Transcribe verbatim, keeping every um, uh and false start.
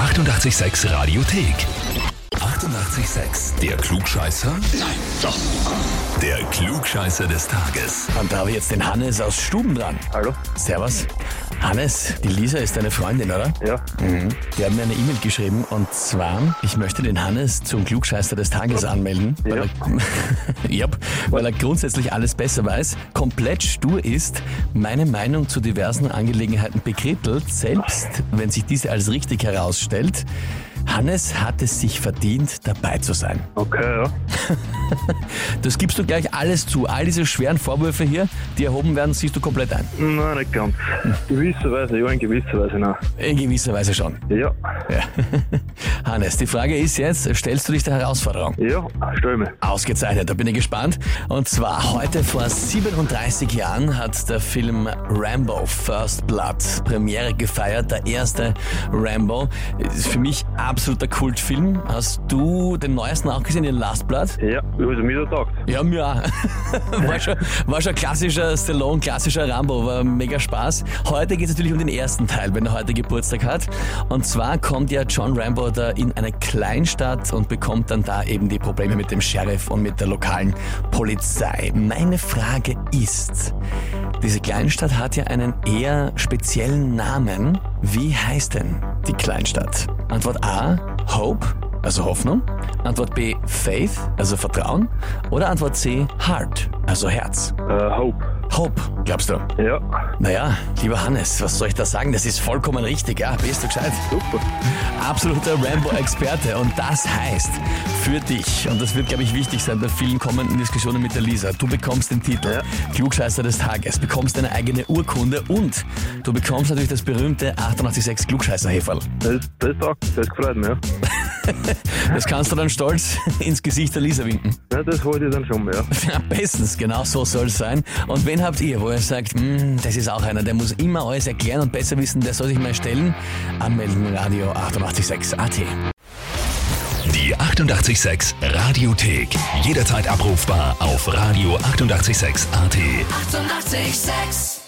achtundachtzig Komma sechs Radiothek. achtundachtzig Komma sechs. Der Klugscheißer? Nein, doch. Der Klugscheißer des Tages. Und da habe ich jetzt den Hannes aus Stuben dran. Hallo? Servus. Hannes, die Lisa ist deine Freundin, oder? Ja. Mhm. Die hat mir eine E-Mail geschrieben und zwar, ich möchte den Hannes zum Klugscheißer des Tages anmelden, weil, Ja. er, yep, weil er grundsätzlich alles besser weiß, komplett stur ist, meine Meinung zu diversen Angelegenheiten bekrittelt, selbst wenn sich diese als richtig herausstellt. Hannes hat es sich verdient, dabei zu sein. Okay, ja. Das gibst du gleich alles zu. All diese schweren Vorwürfe hier, die erhoben werden, siehst du komplett ein. Nein, nicht ganz. Gewisserweise ja, in gewisser Weise nein. In gewisser Weise schon. Ja. Ja. Hannes, die Frage ist jetzt, stellst du dich der Herausforderung? Ja, stell mich. Ausgezeichnet, da bin ich gespannt. Und zwar heute vor siebenunddreißig Jahren hat der Film Rambo First Blood Premiere gefeiert. Der erste Rambo. Ist für mich absoluter Kultfilm. Hast du den neuesten auch gesehen, den Last Blood? Ja, also mir da taugt. Ja, mir auch. War schon, war schon klassischer Stallone, klassischer Rambo, war mega Spaß. Heute geht es natürlich um den ersten Teil, wenn er heute Geburtstag hat. Und zwar kommt ja John Rambo da in eine Kleinstadt und bekommt dann da eben die Probleme mit dem Sheriff und mit der lokalen Polizei. Meine Frage ist, diese Kleinstadt hat ja einen eher speziellen Namen. Wie heißt denn die Kleinstadt? Antwort A, Hope, also Hoffnung. Antwort B, Faith, also Vertrauen. Oder Antwort C, Heart, also Herz. Äh, Hope. Hope, glaubst du? Ja. Naja, lieber Hannes, was soll ich da sagen? Das ist vollkommen richtig, ja, bist du gescheit? Super. Absoluter Rambo-Experte und das heißt für dich, und das wird, glaube ich, wichtig sein bei vielen kommenden Diskussionen mit der Lisa, du bekommst den Titel Ja. Klugscheißer des Tages, bekommst eine eigene Urkunde und du bekommst natürlich das berühmte achtundachtzig Komma sechs Klugscheißer-Häferl. Das, das taugt, das gefreut mich, ja. Das kannst du dann stolz ins Gesicht der Lisa winken. Ja, das wollte ich dann schon, ja. Ja, bestens, genau so soll es sein. Und wen habt ihr, wo ihr sagt, "Hm, das ist auch einer, der muss immer alles erklären und besser wissen, der soll sich mal stellen? Anmelden, Radio achtundachtzig Komma sechs A T. Die achtundachtzig Komma sechs Radiothek. Jederzeit abrufbar auf Radio achtundachtzig Komma sechs A T. achtundachtzig Komma sechs